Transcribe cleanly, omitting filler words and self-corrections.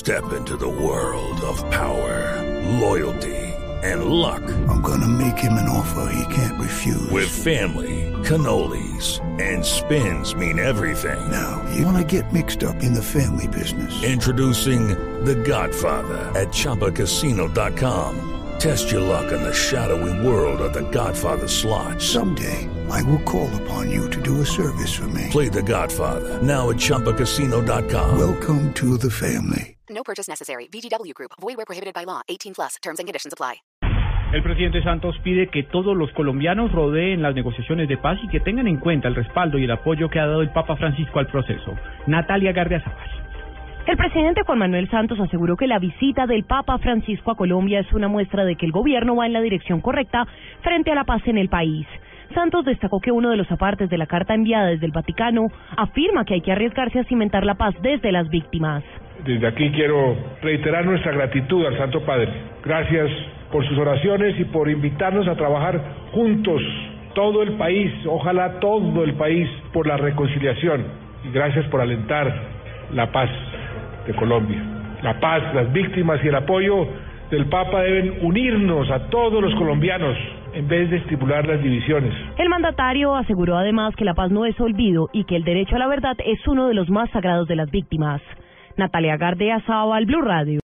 Step into the world of power, loyalty, and luck. I'm gonna make him an offer he can't refuse. With family, cannolis, and spins mean everything. Now, you wanna get mixed up in the family business. Introducing The Godfather at ChumbaCasino.com. Test your luck in the shadowy world of The Godfather slot. Someday, I will call upon you to do a service for me. Play The Godfather, now at ChumbaCasino.com. Welcome to the family. No purchase necessary. VGW Group. Void where prohibited by law. 18+. Terms and conditions apply. El presidente Santos pide que todos los colombianos rodeen las negociaciones de paz y que tengan en cuenta el respaldo y el apoyo que ha dado el Papa Francisco al proceso. Natalia Gardiazabal. El presidente Juan Manuel Santos aseguró que la visita del Papa Francisco a Colombia es una muestra de que el gobierno va en la dirección correcta frente a la paz en el país. Santos destacó que uno de los apartes de la carta enviada desde el Vaticano afirma que hay que arriesgarse a cimentar la paz desde las víctimas. Desde aquí quiero reiterar nuestra gratitud al Santo Padre. Gracias por sus oraciones y por invitarnos a trabajar juntos, todo el país, ojalá todo el país, por la reconciliación. Y gracias por alentar la paz de Colombia. La paz, las víctimas y el apoyo del Papa deben unirnos a todos los colombianos en vez de estimular las divisiones. El mandatario aseguró además que la paz no es olvido y que el derecho a la verdad es uno de los más sagrados de las víctimas. Natalia Gardiazabal, Blue Radio.